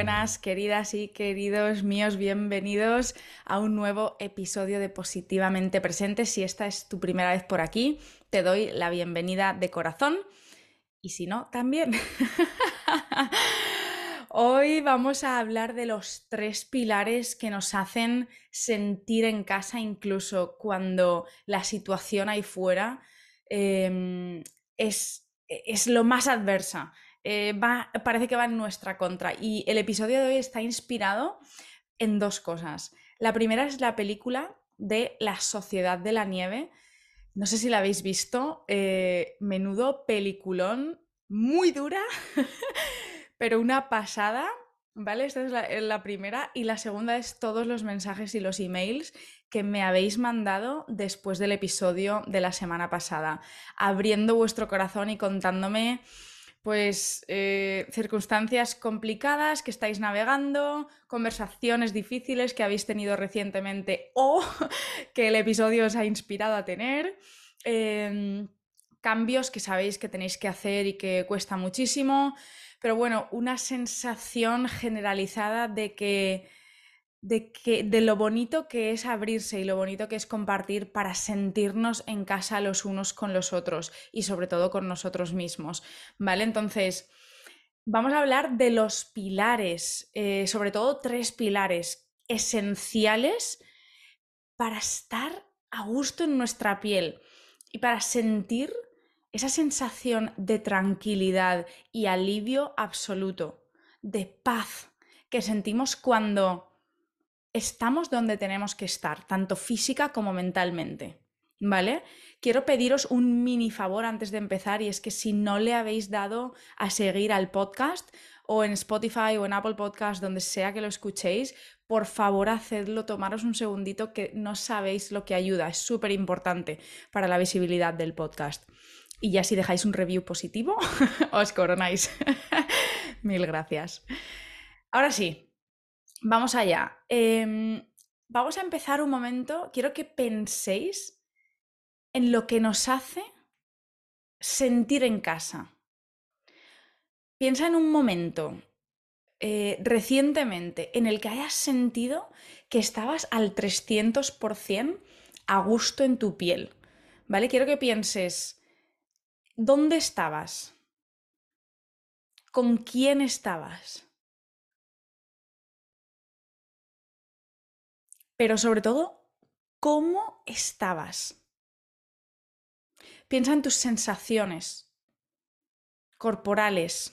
buenas, queridas y queridos míos, bienvenidos a un nuevo episodio de Positivamente Presente. Si esta es tu primera vez por aquí, te doy la bienvenida de corazón y si no, también. Hoy vamos a hablar de los 3 pilares que nos hacen sentir en casa incluso cuando la situación ahí fuera es lo más adversa. Parece que va en nuestra contra. Y el episodio de hoy está inspirado en 2 cosas. La primera es la película de La Sociedad de la Nieve. No sé si la habéis visto. Menudo peliculón, muy dura, pero una pasada. ¿Vale? Esta es la primera. Y la segunda es todos los mensajes y los emails que me habéis mandado después del episodio de la semana pasada, abriendo vuestro corazón y contándome pues circunstancias complicadas que estáis navegando, conversaciones difíciles que habéis tenido recientemente o que el episodio os ha inspirado a tener, cambios que sabéis que tenéis que hacer y que cuesta muchísimo, pero bueno, una sensación generalizada de lo bonito que es abrirse y lo bonito que es compartir para sentirnos en casa los unos con los otros y sobre todo con nosotros mismos, ¿vale? Entonces, vamos a hablar de los pilares, sobre todo 3 pilares esenciales para estar a gusto en nuestra piel y para sentir esa sensación de tranquilidad y alivio absoluto, de paz que sentimos cuando estamos donde tenemos que estar, tanto física como mentalmente. ¿Vale? Quiero pediros un mini favor antes de empezar y es que si no le habéis dado a seguir al podcast o en Spotify o en Apple Podcast, donde sea que lo escuchéis, por favor hacedlo, tomaros un segundito que no sabéis lo que ayuda, es súper importante para la visibilidad del podcast. Y ya si dejáis un review positivo, os coronáis. Mil gracias. Ahora sí, vamos allá. Vamos a empezar un momento. Quiero que penséis en lo que nos hace sentir en casa. Piensa en un momento recientemente en el que hayas sentido que estabas al 300% a gusto en tu piel. ¿Vale? Quiero que pienses, ¿dónde estabas? ¿Con quién estabas? Pero sobre todo, ¿cómo estabas? Piensa en tus sensaciones corporales.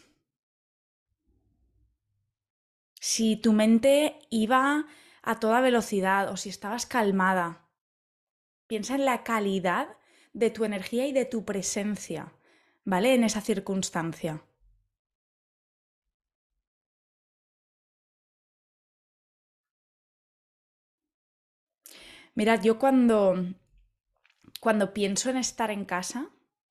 Si tu mente iba a toda velocidad o si estabas calmada. Piensa en la calidad de tu energía y de tu presencia, ¿vale? En esa circunstancia. Mirad, yo cuando pienso en estar en casa,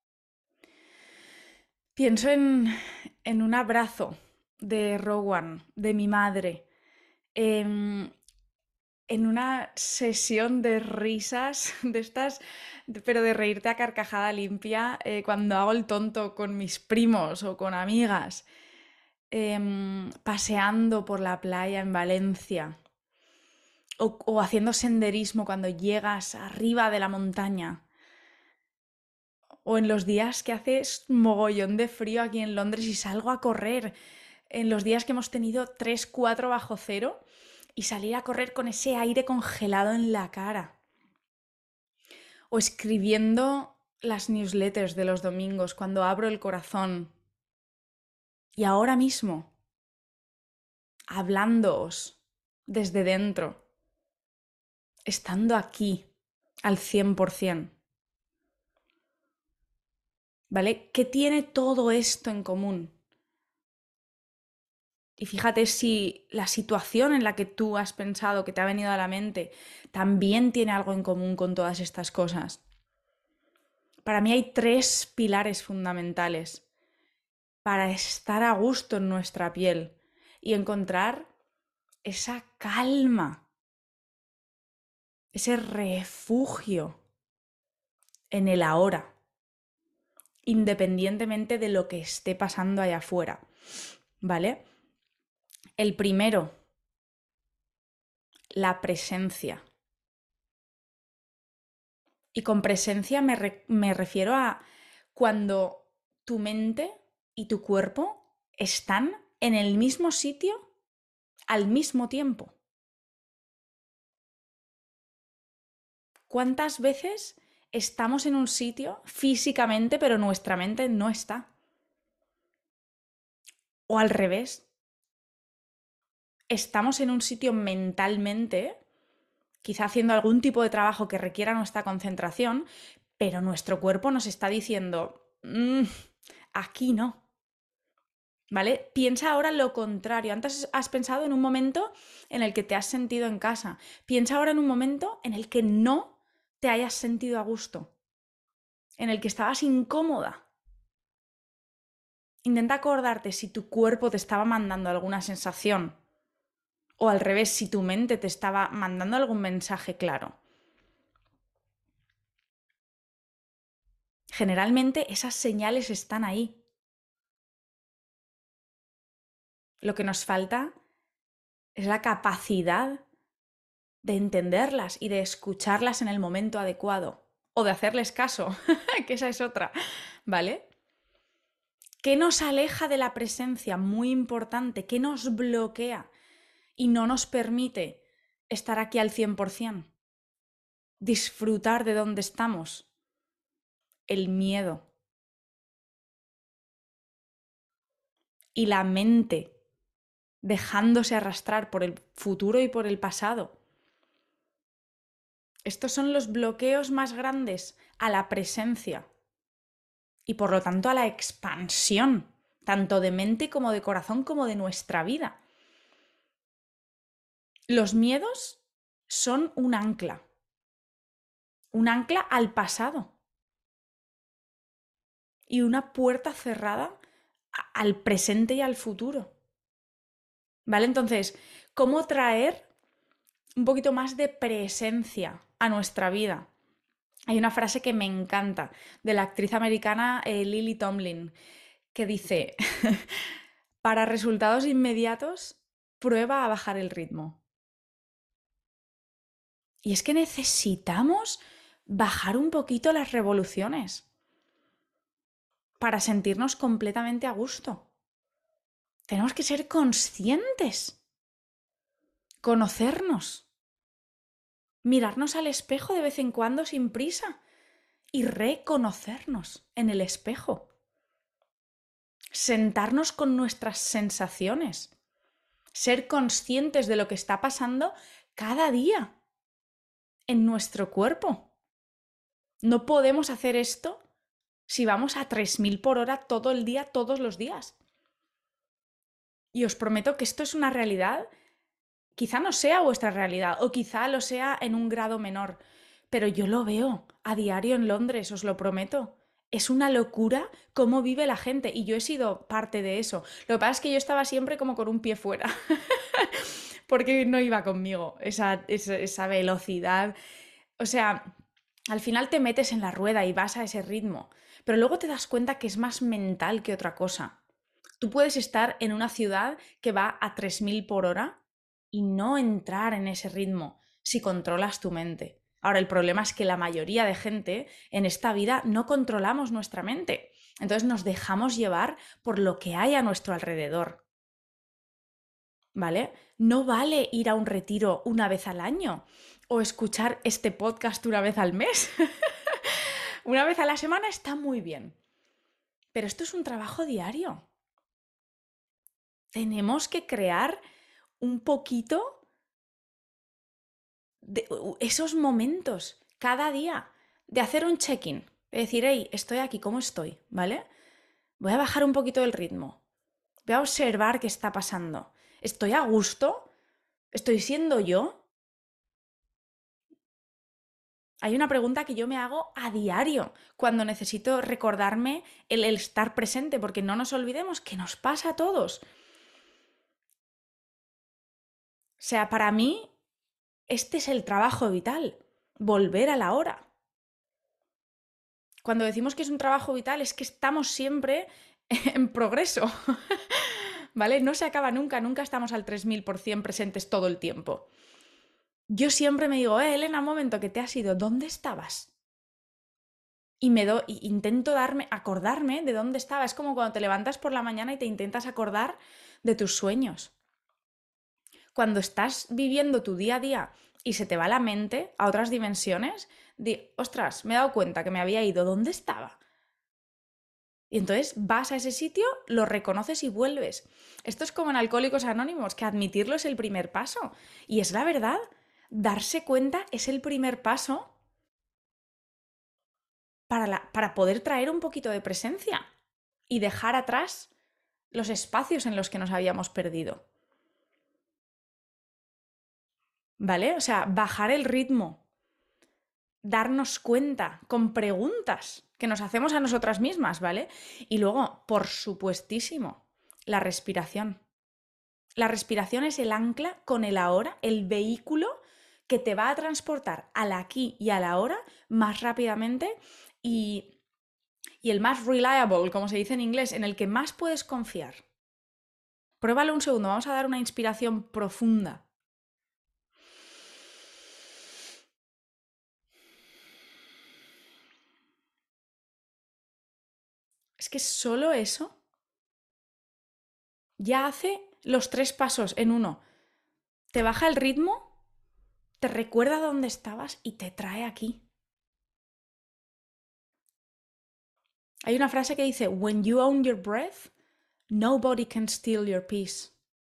pienso en un abrazo de Rowan, de mi madre, en, en una sesión de risas, de estas, pero de reírte a carcajada limpia, cuando hago el tonto con mis primos o con amigas, paseando por la playa en Valencia o haciendo senderismo cuando llegas arriba de la montaña. O en los días que hace mogollón de frío aquí en Londres y salgo a correr. En los días que hemos tenido 3, 4 bajo cero y salir a correr con ese aire congelado en la cara. O escribiendo las newsletters de los domingos cuando abro el corazón. Y ahora mismo, hablándoos desde dentro, estando aquí al 100%. ¿Vale? ¿Qué tiene todo esto en común? Y fíjate si la situación en la que tú has pensado, que te ha venido a la mente, también tiene algo en común con todas estas cosas. Para mí hay 3 pilares fundamentales para estar a gusto en nuestra piel y encontrar esa calma, ese refugio en el ahora, independientemente de lo que esté pasando allá afuera, ¿vale? El primero, la presencia. Y con presencia me refiero a cuando tu mente y tu cuerpo están en el mismo sitio al mismo tiempo. ¿Cuántas veces estamos en un sitio físicamente, pero nuestra mente no está? O al revés, estamos en un sitio mentalmente, quizá haciendo algún tipo de trabajo que requiera nuestra concentración, pero nuestro cuerpo nos está diciendo, aquí no. ¿Vale? Piensa ahora lo contrario. Antes has pensado en un momento en el que te has sentido en casa. Piensa ahora en un momento en el que no te hayas sentido a gusto, en el que estabas incómoda. Intenta acordarte si tu cuerpo te estaba mandando alguna sensación o al revés, si tu mente te estaba mandando algún mensaje claro. Generalmente esas señales están ahí. Lo que nos falta es la capacidad de entenderlas y de escucharlas en el momento adecuado. O de hacerles caso, que esa es otra, ¿vale? ¿Qué nos aleja de la presencia? Muy importante. ¿Qué nos bloquea y no nos permite estar aquí al 100%? Disfrutar de donde estamos. El miedo. Y la mente dejándose arrastrar por el futuro y por el pasado. Estos son los bloqueos más grandes a la presencia y por lo tanto a la expansión, tanto de mente como de corazón como de nuestra vida. Los miedos son un ancla al pasado y una puerta cerrada al presente y al futuro. ¿Vale? Entonces, ¿cómo traer un poquito más de presencia a nuestra vida? Hay una frase que me encanta de la actriz americana Lily Tomlin, que dice, para resultados inmediatos, prueba a bajar el ritmo. Y es que necesitamos bajar un poquito las revoluciones para sentirnos completamente a gusto. Tenemos que ser conscientes, conocernos, mirarnos al espejo de vez en cuando sin prisa y reconocernos en el espejo. Sentarnos con nuestras sensaciones, ser conscientes de lo que está pasando cada día en nuestro cuerpo. No podemos hacer esto si vamos a 3000 por hora todo el día, todos los días. Y os prometo que esto es una realidad, quizá no sea vuestra realidad o quizá lo sea en un grado menor, pero yo lo veo a diario en Londres, os lo prometo. Es una locura cómo vive la gente y yo he sido parte de eso. Lo que pasa es que yo estaba siempre como con un pie fuera, porque no iba conmigo esa velocidad. O sea, al final te metes en la rueda y vas a ese ritmo, pero luego te das cuenta que es más mental que otra cosa. Tú puedes estar en una ciudad que va a 3000 por hora y no entrar en ese ritmo si controlas tu mente. Ahora, el problema es que la mayoría de gente en esta vida no controlamos nuestra mente. Entonces nos dejamos llevar por lo que hay a nuestro alrededor. ¿Vale? No vale ir a un retiro una vez al año o escuchar este podcast una vez al mes. Una vez a la semana está muy bien. Pero esto es un trabajo diario. Tenemos que crear un poquito de esos momentos cada día de hacer un check-in, de decir, hey, estoy aquí, ¿cómo estoy? ¿Vale? Voy a bajar un poquito el ritmo. Voy a observar qué está pasando. ¿Estoy a gusto? ¿Estoy siendo yo? Hay una pregunta que yo me hago a diario cuando necesito recordarme el estar presente, porque no nos olvidemos que nos pasa a todos. O sea, para mí, este es el trabajo vital, volver a la hora. Cuando decimos que es un trabajo vital es que estamos siempre en progreso, ¿vale? No se acaba nunca, nunca estamos al 3000% presentes todo el tiempo. Yo siempre me digo, Elena, un momento que te has ido, ¿dónde estabas? Y intento acordarme de dónde estaba. Es como cuando te levantas por la mañana y te intentas acordar de tus sueños. Cuando estás viviendo tu día a día y se te va la mente a otras dimensiones, ostras, me he dado cuenta que me había ido, ¿dónde estaba? Y entonces vas a ese sitio, lo reconoces y vuelves. Esto es como en Alcohólicos Anónimos, que admitirlo es el primer paso. Y es la verdad, darse cuenta es el primer paso para poder traer un poquito de presencia y dejar atrás los espacios en los que nos habíamos perdido. ¿Vale? O sea, bajar el ritmo, darnos cuenta con preguntas que nos hacemos a nosotras mismas, ¿vale? Y luego, por supuestísimo, la respiración. La respiración es el ancla con el ahora, el vehículo que te va a transportar al aquí y a la ahora más rápidamente y el más reliable, como se dice en inglés, en el que más puedes confiar. Pruébalo un segundo, vamos a dar una inspiración profunda. Es que solo eso ya hace los 3 pasos en uno. Te baja el ritmo, te recuerda dónde estabas y te trae aquí. Hay una frase que dice, When you own your breath, nobody can steal your peace.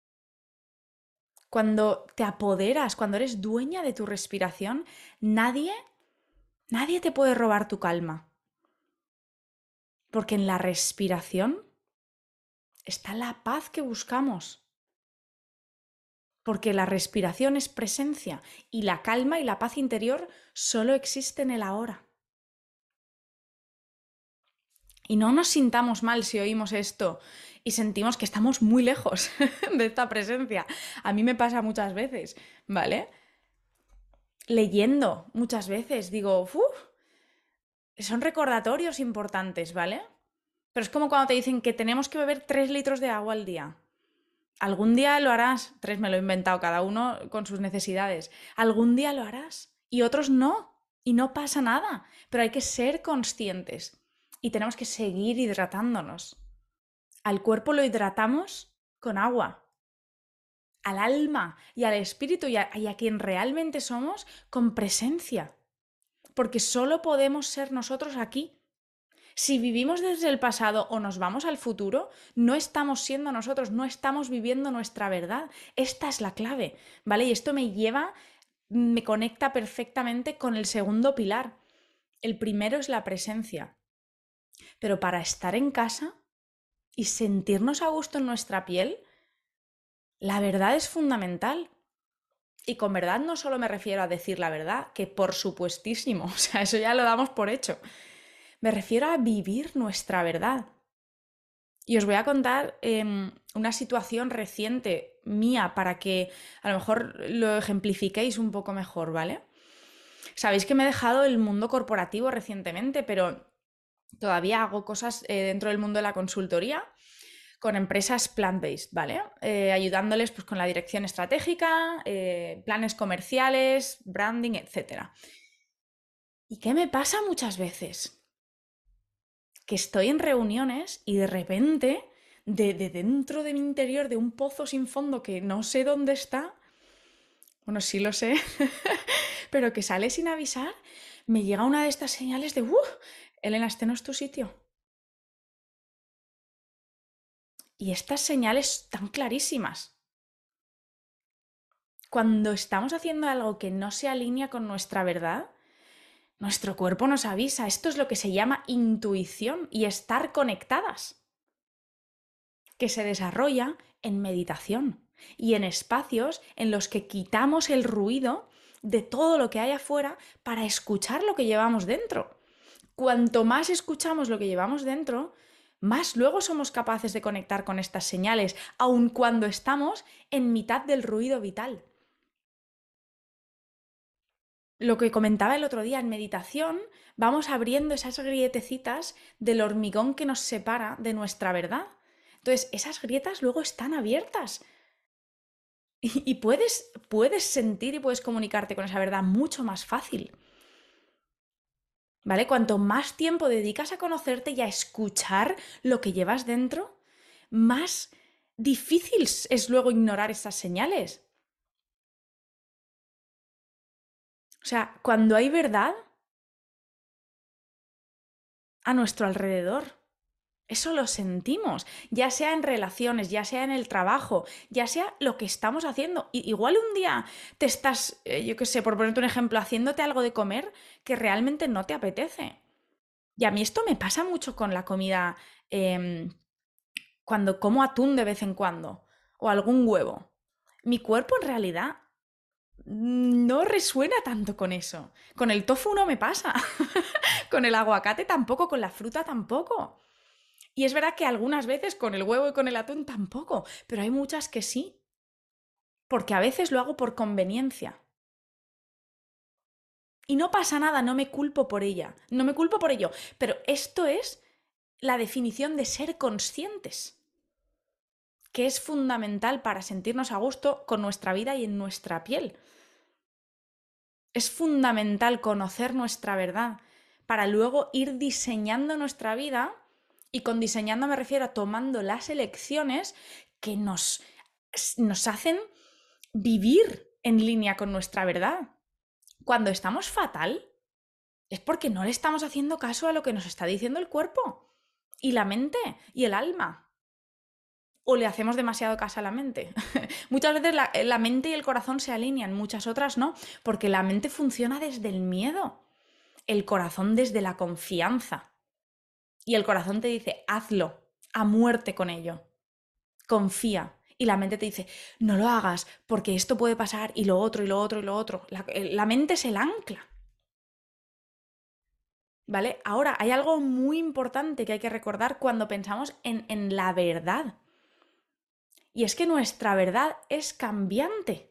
Cuando te apoderas, cuando eres dueña de tu respiración, nadie te puede robar tu calma. Porque en la respiración está la paz que buscamos. Porque la respiración es presencia y la calma y la paz interior solo existen en el ahora. Y no nos sintamos mal si oímos esto y sentimos que estamos muy lejos de esta presencia. A mí me pasa muchas veces, ¿vale? Leyendo muchas veces digo, son recordatorios importantes, ¿vale? Pero es como cuando te dicen que tenemos que beber 3 litros de agua al día. Algún día lo harás, 3 me lo he inventado, cada uno con sus necesidades. Algún día lo harás y otros no. Y no pasa nada, pero hay que ser conscientes y tenemos que seguir hidratándonos. Al cuerpo lo hidratamos con agua, al alma y al espíritu y a quien realmente somos con presencia, porque solo podemos ser nosotros aquí. Si vivimos desde el pasado o nos vamos al futuro, no estamos siendo nosotros, no estamos viviendo nuestra verdad. Esta es la clave, ¿vale? Y esto me conecta perfectamente con el segundo pilar. El primero es la presencia. Pero para estar en casa y sentirnos a gusto en nuestra piel, la verdad es fundamental. Y con verdad no solo me refiero a decir la verdad, que por supuestísimo, o sea, eso ya lo damos por hecho. Me refiero a vivir nuestra verdad. Y os voy a contar una situación reciente mía para que a lo mejor lo ejemplifiquéis un poco mejor, ¿vale? Sabéis que me he dejado el mundo corporativo recientemente, pero todavía hago cosas dentro del mundo de la consultoría con empresas plant-based, ¿vale? Ayudándoles pues, con la dirección estratégica, planes comerciales, branding, etc. ¿Y qué me pasa muchas veces? Que estoy en reuniones y de repente, de dentro de mi interior, de un pozo sin fondo que no sé dónde está, bueno, sí lo sé, pero que sale sin avisar, me llega una de estas señales de, Elena, este no es tu sitio. Y estas señales tan clarísimas. Cuando estamos haciendo algo que no se alinea con nuestra verdad, nuestro cuerpo nos avisa. Esto es lo que se llama intuición y estar conectadas, que se desarrolla en meditación y en espacios en los que quitamos el ruido de todo lo que hay afuera para escuchar lo que llevamos dentro. Cuanto más escuchamos lo que llevamos dentro, más luego somos capaces de conectar con estas señales, aun cuando estamos en mitad del ruido vital. Lo que comentaba el otro día, en meditación vamos abriendo esas grietecitas del hormigón que nos separa de nuestra verdad. Entonces, esas grietas luego están abiertas y puedes sentir y puedes comunicarte con esa verdad mucho más fácil. ¿Vale? Cuanto más tiempo dedicas a conocerte y a escuchar lo que llevas dentro, más difícil es luego ignorar esas señales. O sea, cuando hay verdad a nuestro alrededor, eso lo sentimos, ya sea en relaciones, ya sea en el trabajo, ya sea lo que estamos haciendo. Igual un día te estás, yo qué sé, por ponerte un ejemplo, haciéndote algo de comer que realmente no te apetece. Y a mí esto me pasa mucho con la comida, em, cuando como atún de vez en cuando o algún huevo. Mi cuerpo en realidad no resuena tanto con eso. Con el tofu no me pasa. Con el aguacate tampoco, con la fruta tampoco. Y es verdad que algunas veces con el huevo y con el atún tampoco, pero hay muchas que sí. Porque a veces lo hago por conveniencia. Y no pasa nada, no me culpo por ella. No me culpo por ello. Pero esto es la definición de ser conscientes, que es fundamental para sentirnos a gusto con nuestra vida y en nuestra piel. Es fundamental conocer nuestra verdad para luego ir diseñando nuestra vida, y con diseñando me refiero a tomando las elecciones que nos hacen vivir en línea con nuestra verdad. Cuando estamos fatal es porque no le estamos haciendo caso a lo que nos está diciendo el cuerpo y la mente y el alma. O le hacemos demasiado caso a la mente. Muchas veces la mente y el corazón se alinean, muchas otras no, porque la mente funciona desde el miedo, el corazón desde la confianza. Y el corazón te dice, hazlo, a muerte con ello, confía. Y la mente te dice, no lo hagas, porque esto puede pasar y lo otro y lo otro y lo otro. La mente es el ancla. ¿Vale? Ahora, hay algo muy importante que hay que recordar cuando pensamos en la verdad. Y es que nuestra verdad es cambiante.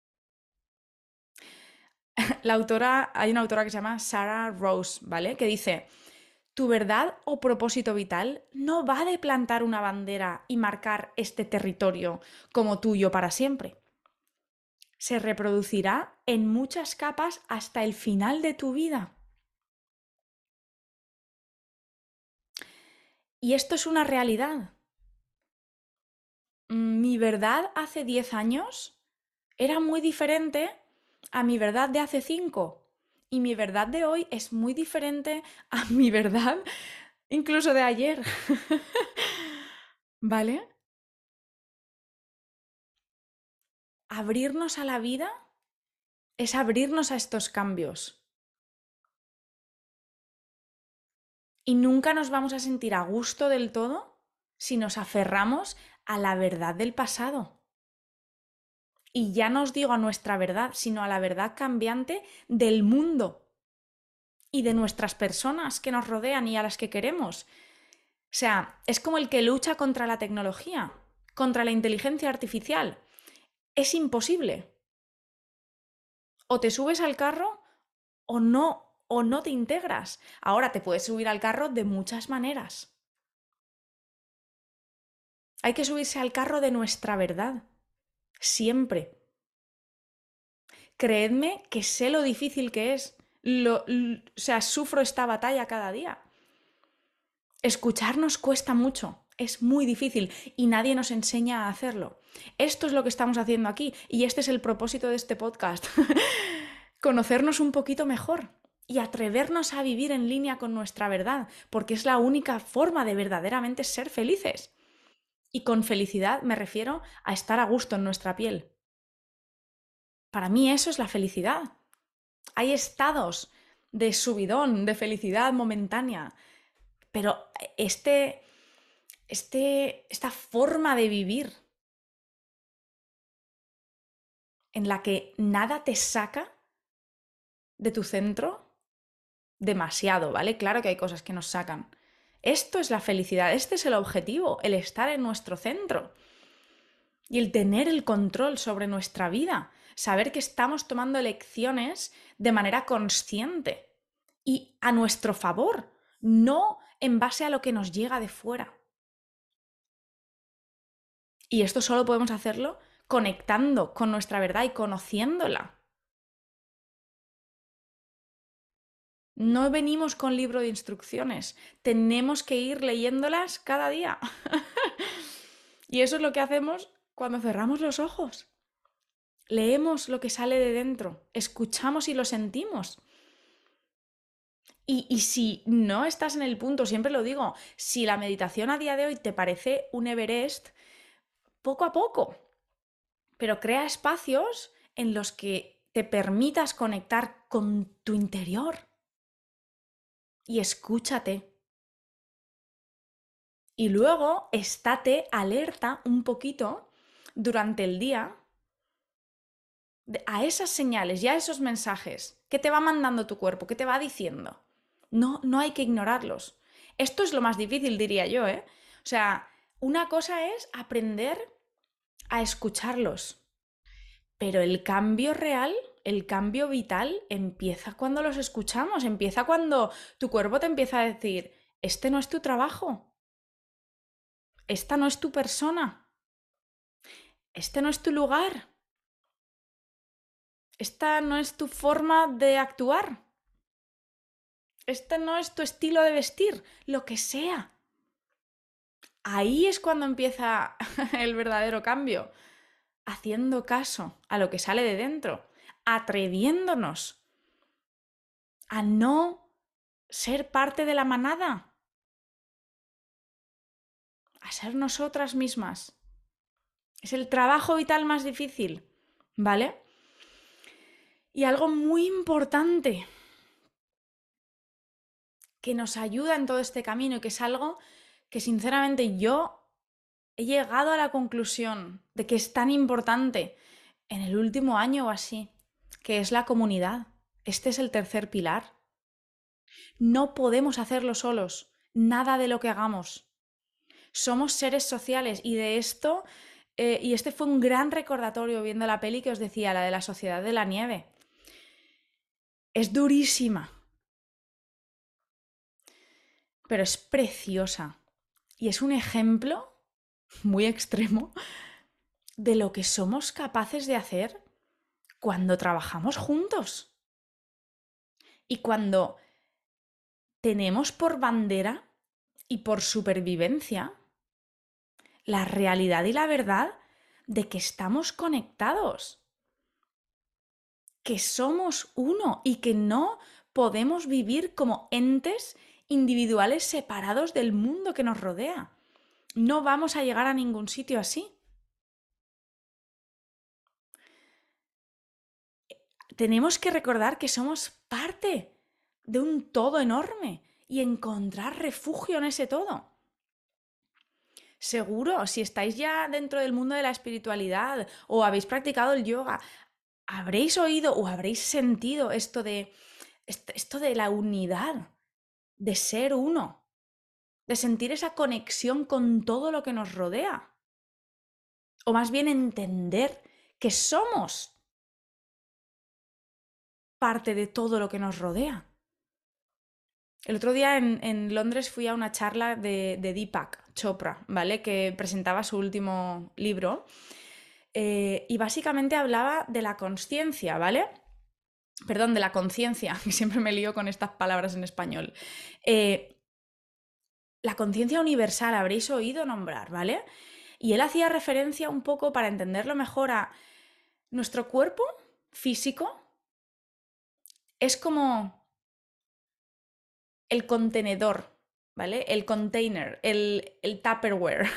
Hay una autora que se llama Sarah Rose, ¿vale? Que dice, tu verdad o propósito vital no va de plantar una bandera y marcar este territorio como tuyo para siempre. Se reproducirá en muchas capas hasta el final de tu vida. Y esto es una realidad. Mi verdad hace 10 años era muy diferente a mi verdad de hace 5. Y mi verdad de hoy es muy diferente a mi verdad incluso de ayer. ¿Vale? Abrirnos a la vida es abrirnos a estos cambios. Y nunca nos vamos a sentir a gusto del todo si nos aferramos a la verdad del pasado. Y ya no os digo a nuestra verdad, sino a la verdad cambiante del mundo y de nuestras personas que nos rodean y a las que queremos. O sea, es como el que lucha contra la tecnología, contra la inteligencia artificial. Es imposible. O te subes al carro o no te integras. Ahora te puedes subir al carro de muchas maneras. Hay que subirse al carro de nuestra verdad. Siempre. Creedme que sé lo difícil que es. O sea, sufro esta batalla cada día. Escucharnos cuesta mucho, es muy difícil y nadie nos enseña a hacerlo. Esto es lo que estamos haciendo aquí y este es el propósito de este podcast. Conocernos un poquito mejor y atrevernos a vivir en línea con nuestra verdad, porque es la única forma de verdaderamente ser felices. Y con felicidad me refiero a estar a gusto en nuestra piel. Para mí eso es la felicidad. Hay estados de subidón, de felicidad momentánea, pero esta forma de vivir en la que nada te saca de tu centro demasiado, ¿vale? Claro que hay cosas que nos sacan. Esto es la felicidad, este es el objetivo, el estar en nuestro centro y el tener el control sobre nuestra vida, saber que estamos tomando elecciones de manera consciente y a nuestro favor, no en base a lo que nos llega de fuera. Y esto solo podemos hacerlo conectando con nuestra verdad y conociéndola. No venimos con libro de instrucciones, tenemos que ir leyéndolas cada día. Y eso es lo que hacemos cuando cerramos los ojos. Leemos lo que sale de dentro, escuchamos y lo sentimos. Y si no estás en el punto, siempre lo digo, si la meditación a día de hoy te parece un Everest, poco a poco, pero crea espacios en los que te permitas conectar con tu interior y escúchate. Y luego estate alerta un poquito durante el día a esas señales y a esos mensajes que te va mandando tu cuerpo, que te va diciendo. No, no hay que ignorarlos. Esto es lo más difícil, diría yo, ¿eh? O sea, una cosa es aprender a escucharlos, pero el cambio real, el cambio vital, empieza cuando los escuchamos, empieza cuando tu cuerpo te empieza a decir, este no es tu trabajo, esta no es tu persona, este no es tu lugar, esta no es tu forma de actuar, este no es tu estilo de vestir, lo que sea. Ahí es cuando empieza el verdadero cambio, haciendo caso a lo que sale de dentro, atreviéndonos a no ser parte de la manada, a ser nosotras mismas. Es el trabajo vital más difícil, ¿vale? Y algo muy importante que nos ayuda en todo este camino y que es algo que sinceramente yo he llegado a la conclusión de que es tan importante en el último año o así, que es la comunidad. Este es el tercer pilar. No podemos hacerlo solos, nada de lo que hagamos. Somos seres sociales y de esto, y este fue un gran recordatorio viendo la peli que os decía, la de la Sociedad de la Nieve. Es durísima, pero es preciosa. Y es un ejemplo muy extremo de lo que somos capaces de hacer cuando trabajamos juntos. Y cuando tenemos por bandera y por supervivencia la realidad y la verdad de que estamos conectados, que somos uno y que no podemos vivir como entes individuales separados del mundo que nos rodea. No vamos a llegar a ningún sitio así. Tenemos que recordar que somos parte de un todo enorme y encontrar refugio en ese todo. Seguro, si estáis ya dentro del mundo de la espiritualidad o habéis practicado el yoga, habréis oído o habréis sentido esto de la unidad, de ser uno, de sentir esa conexión con todo lo que nos rodea. O más bien entender que somos parte de todo lo que nos rodea. El otro día en Londres fui a una charla de Deepak Chopra, ¿vale? Que presentaba su último libro. Y básicamente hablaba de la consciencia, ¿vale? Perdón, de la conciencia, que siempre me lío con estas palabras en español. La conciencia universal, habréis oído nombrar, ¿vale? Y él hacía referencia un poco, para entenderlo mejor, a nuestro cuerpo físico es como el contenedor, ¿vale? El container, el Tupperware.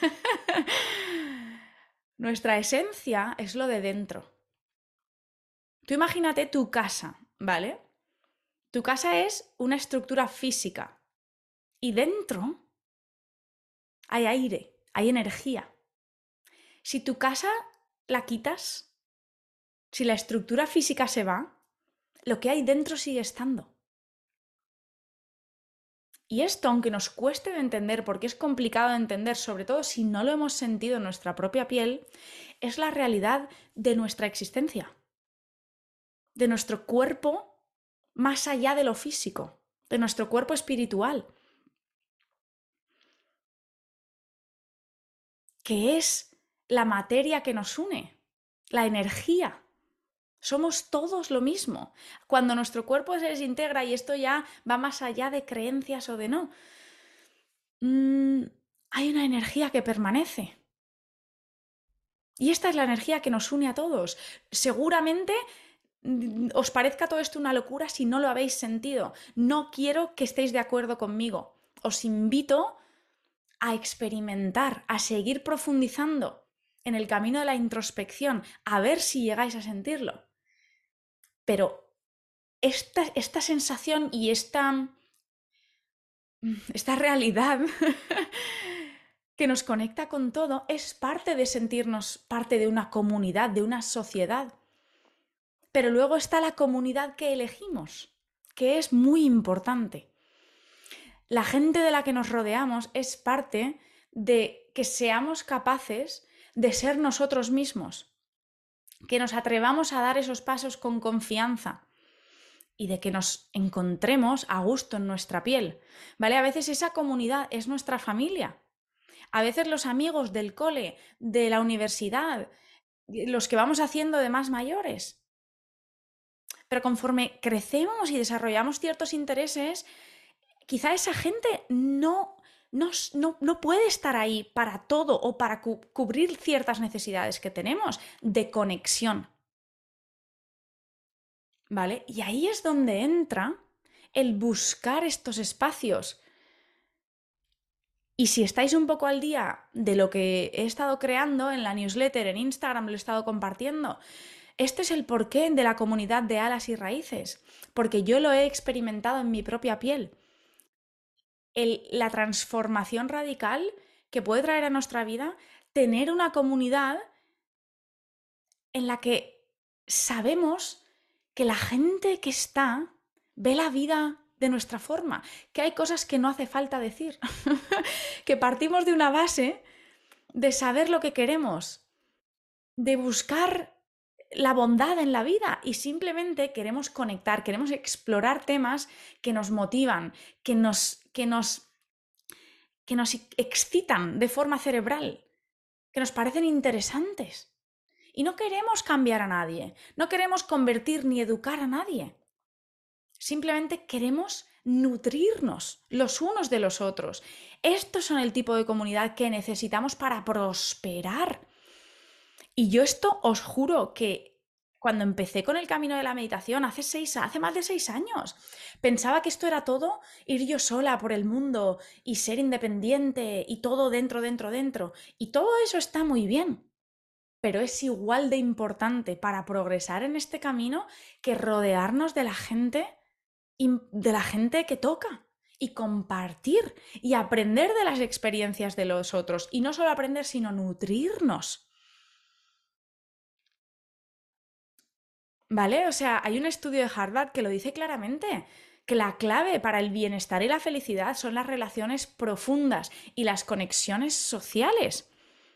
Nuestra esencia es lo de dentro. Tú imagínate tu casa, ¿vale? Tu casa es una estructura física y dentro hay aire, hay energía. Si tu casa la quitas, si la estructura física se va, lo que hay dentro sigue estando. Y esto, aunque nos cueste de entender, porque es complicado de entender, sobre todo si no lo hemos sentido en nuestra propia piel, es la realidad de nuestra existencia, de nuestro cuerpo más allá de lo físico, de nuestro cuerpo espiritual, que es la materia que nos une, la energía. Somos todos lo mismo. Cuando nuestro cuerpo se desintegra, y esto ya va más allá de creencias o de no, hay una energía que permanece. Y esta es la energía que nos une a todos. Seguramente os parezca todo esto una locura si no lo habéis sentido. No quiero que estéis de acuerdo conmigo. Os invito a experimentar, a seguir profundizando en el camino de la introspección, a ver si llegáis a sentirlo. Pero esta sensación y esta realidad que nos conecta con todo es parte de sentirnos parte de una comunidad, de una sociedad. Pero luego está la comunidad que elegimos, que es muy importante. La gente de la que nos rodeamos es parte de que seamos capaces de ser nosotros mismos, que nos atrevamos a dar esos pasos con confianza y de que nos encontremos a gusto en nuestra piel, ¿vale? A veces esa comunidad es nuestra familia. A veces los amigos del cole, de la universidad, los que vamos haciendo de más mayores. Pero conforme crecemos y desarrollamos ciertos intereses, quizá esa gente no puede estar ahí para todo o para cubrir ciertas necesidades que tenemos de conexión. ¿Vale? Y ahí es donde entra el buscar estos espacios. Y si estáis un poco al día de lo que he estado creando en la newsletter, en Instagram lo he estado compartiendo, este es el porqué de la comunidad de alas y raíces, porque yo lo he experimentado en mi propia piel. La transformación radical que puede traer a nuestra vida tener una comunidad en la que sabemos que la gente que está ve la vida de nuestra forma, que hay cosas que no hace falta decir, que partimos de una base de saber lo que queremos, de buscar la bondad en la vida y simplemente queremos conectar, queremos explorar temas que nos motivan, que nos excitan de forma cerebral, que nos parecen interesantes. Y no queremos cambiar a nadie, no queremos convertir ni educar a nadie. Simplemente queremos nutrirnos los unos de los otros. Estos son el tipo de comunidad que necesitamos para prosperar. Y yo esto os juro que cuando empecé con el camino de la meditación hace más de 6 años, pensaba que esto era todo ir yo sola por el mundo y ser independiente y todo dentro. Y todo eso está muy bien, pero es igual de importante para progresar en este camino que rodearnos de la gente que toca y compartir y aprender de las experiencias de los otros. Y no solo aprender, sino nutrirnos. ¿Vale? O sea, hay un estudio de Harvard que lo dice claramente, que la clave para el bienestar y la felicidad son las relaciones profundas y las conexiones sociales.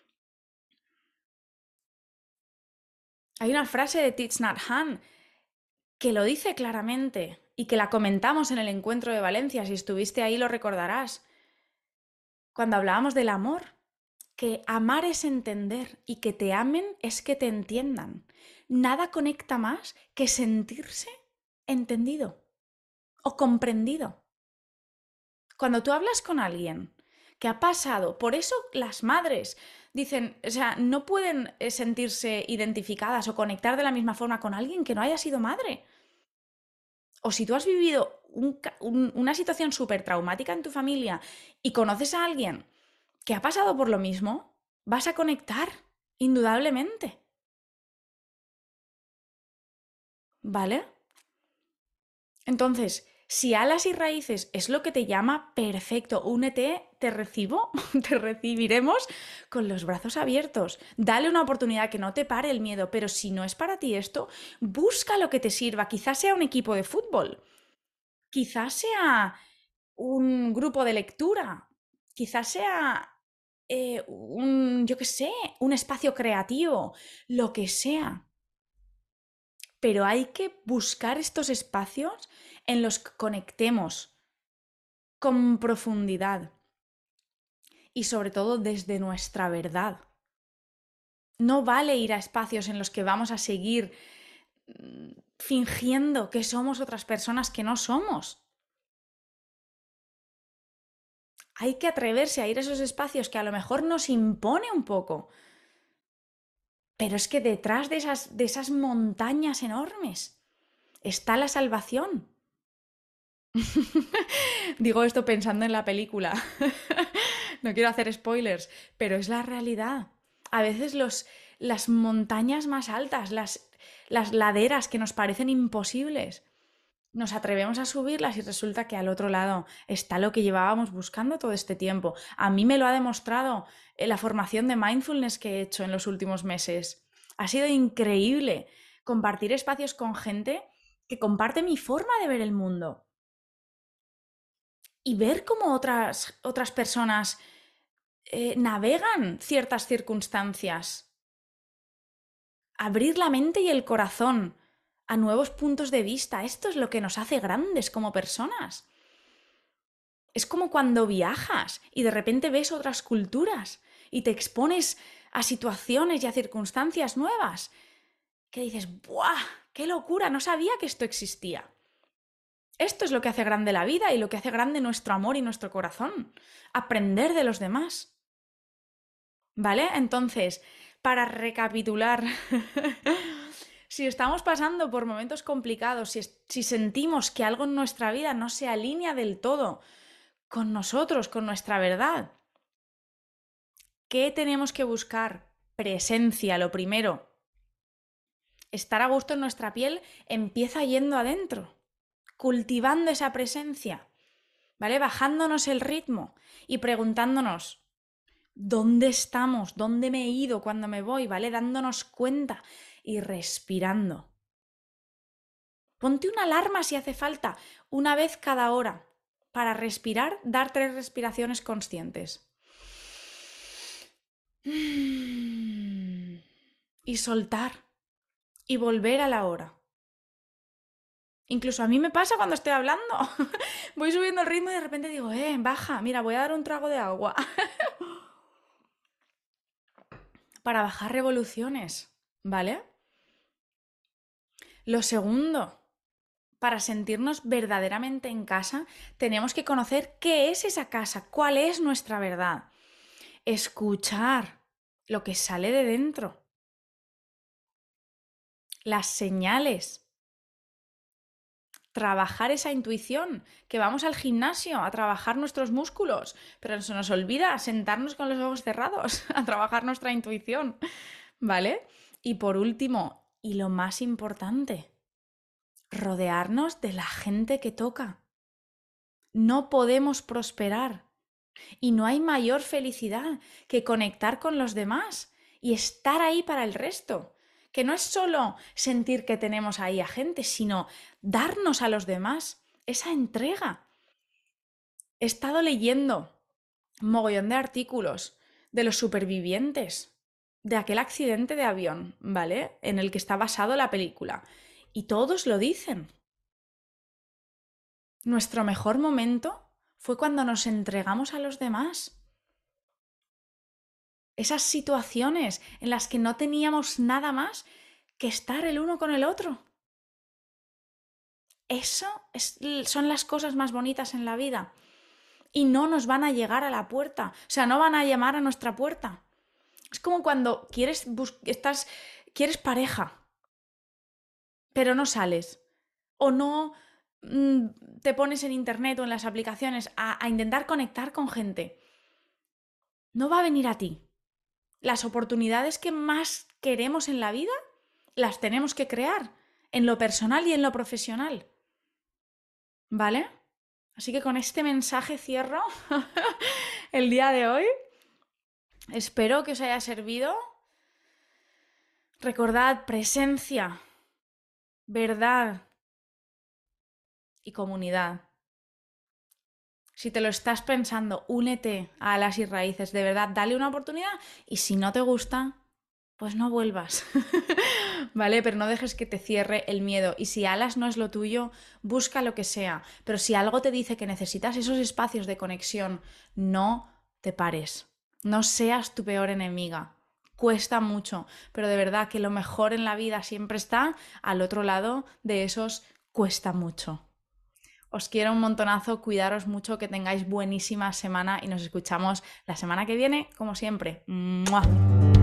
Hay una frase de Thich Nhat Hanh que lo dice claramente y que la comentamos en el encuentro de Valencia, si estuviste ahí lo recordarás, cuando hablábamos del amor, que amar es entender y que te amen es que te entiendan. Nada conecta más que sentirse entendido o comprendido. Cuando tú hablas con alguien que ha pasado, por eso las madres dicen, o sea, no pueden sentirse identificadas o conectar de la misma forma con alguien que no haya sido madre. O si tú has vivido una situación súper traumática en tu familia y conoces a alguien que ha pasado por lo mismo, vas a conectar, indudablemente. ¿Vale? Entonces, si alas y raíces es lo que te llama, perfecto, únete, te recibo, te recibiremos con los brazos abiertos. Dale una oportunidad, que no te pare el miedo, pero si no es para ti esto, busca lo que te sirva. Quizás sea un equipo de fútbol, quizás sea un grupo de lectura, quizás sea yo qué sé, un espacio creativo, lo que sea. Pero hay que buscar estos espacios en los que conectemos con profundidad y sobre todo desde nuestra verdad. No vale ir a espacios en los que vamos a seguir fingiendo que somos otras personas que no somos. Hay que atreverse a ir a esos espacios que a lo mejor nos impone un poco. Pero es que detrás de esas montañas enormes está la salvación. Digo esto pensando en la película. No quiero hacer spoilers, pero es la realidad. A veces las montañas más altas, las laderas que nos parecen imposibles, nos atrevemos a subirlas y resulta que al otro lado está lo que llevábamos buscando todo este tiempo. A mí me lo ha demostrado la formación de mindfulness que he hecho en los últimos meses. Ha sido increíble compartir espacios con gente que comparte mi forma de ver el mundo y ver cómo otras personas navegan ciertas circunstancias. Abrir la mente y el corazón a nuevos puntos de vista. Esto es lo que nos hace grandes como personas. Es como cuando viajas y de repente ves otras culturas y te expones a situaciones y a circunstancias nuevas. Que dices, ¡buah! ¡Qué locura! No sabía que esto existía. Esto es lo que hace grande la vida y lo que hace grande nuestro amor y nuestro corazón. Aprender de los demás. ¿Vale? Entonces, para recapitular, si estamos pasando por momentos complicados, si sentimos que algo en nuestra vida no se alinea del todo con nosotros, con nuestra verdad, ¿qué tenemos que buscar? Presencia, lo primero. Estar a gusto en nuestra piel empieza yendo adentro, cultivando esa presencia, ¿vale? Bajándonos el ritmo y preguntándonos, ¿dónde estamos? ¿Dónde me he ido cuando me voy? ¿Vale? Dándonos cuenta y respirando. Ponte una alarma si hace falta, una vez cada hora, para respirar, dar 3 respiraciones conscientes. Y soltar. Y volver a la hora. Incluso a mí me pasa cuando estoy hablando. Voy subiendo el ritmo y de repente digo, baja, mira, voy a dar un trago de agua. Para bajar revoluciones, ¿vale? Lo segundo, para sentirnos verdaderamente en casa, tenemos que conocer qué es esa casa, cuál es nuestra verdad. Escuchar lo que sale de dentro. Las señales. Trabajar esa intuición, que vamos al gimnasio a trabajar nuestros músculos, pero se nos olvida sentarnos con los ojos cerrados a trabajar nuestra intuición, ¿vale? Y por último, y lo más importante, rodearnos de la gente que toca. No podemos prosperar y no hay mayor felicidad que conectar con los demás y estar ahí para el resto. Que no es solo sentir que tenemos ahí a gente, sino darnos a los demás esa entrega. He estado leyendo un mogollón de artículos de los supervivientes de aquel accidente de avión, ¿vale? En el que está basado la película. Y todos lo dicen. Nuestro mejor momento fue cuando nos entregamos a los demás. Esas situaciones en las que no teníamos nada más que estar el uno con el otro. Son las cosas más bonitas en la vida. Y no nos van a llegar a la puerta. O sea, no van a llamar a nuestra puerta. Es como cuando quieres pareja, pero no sales. O no te pones en internet o en las aplicaciones a intentar conectar con gente. No va a venir a ti. Las oportunidades que más queremos en la vida las tenemos que crear, en lo personal y en lo profesional. ¿Vale? Así que con este mensaje cierro el día de hoy. Espero que os haya servido. Recordad, presencia, verdad y comunidad. Si te lo estás pensando, únete a Alas y Raíces. De verdad, dale una oportunidad y si no te gusta, pues no vuelvas. ¿Vale? Pero no dejes que te cierre el miedo. Y si Alas no es lo tuyo, busca lo que sea. Pero si algo te dice que necesitas esos espacios de conexión, no te pares. No seas tu peor enemiga. cuesta mucho, pero de verdad que lo mejor en la vida siempre está al otro lado de esos cuesta mucho. Os quiero un montonazo, cuidaros mucho, que tengáis buenísima semana y nos escuchamos la semana que viene, como siempre. ¡Mua!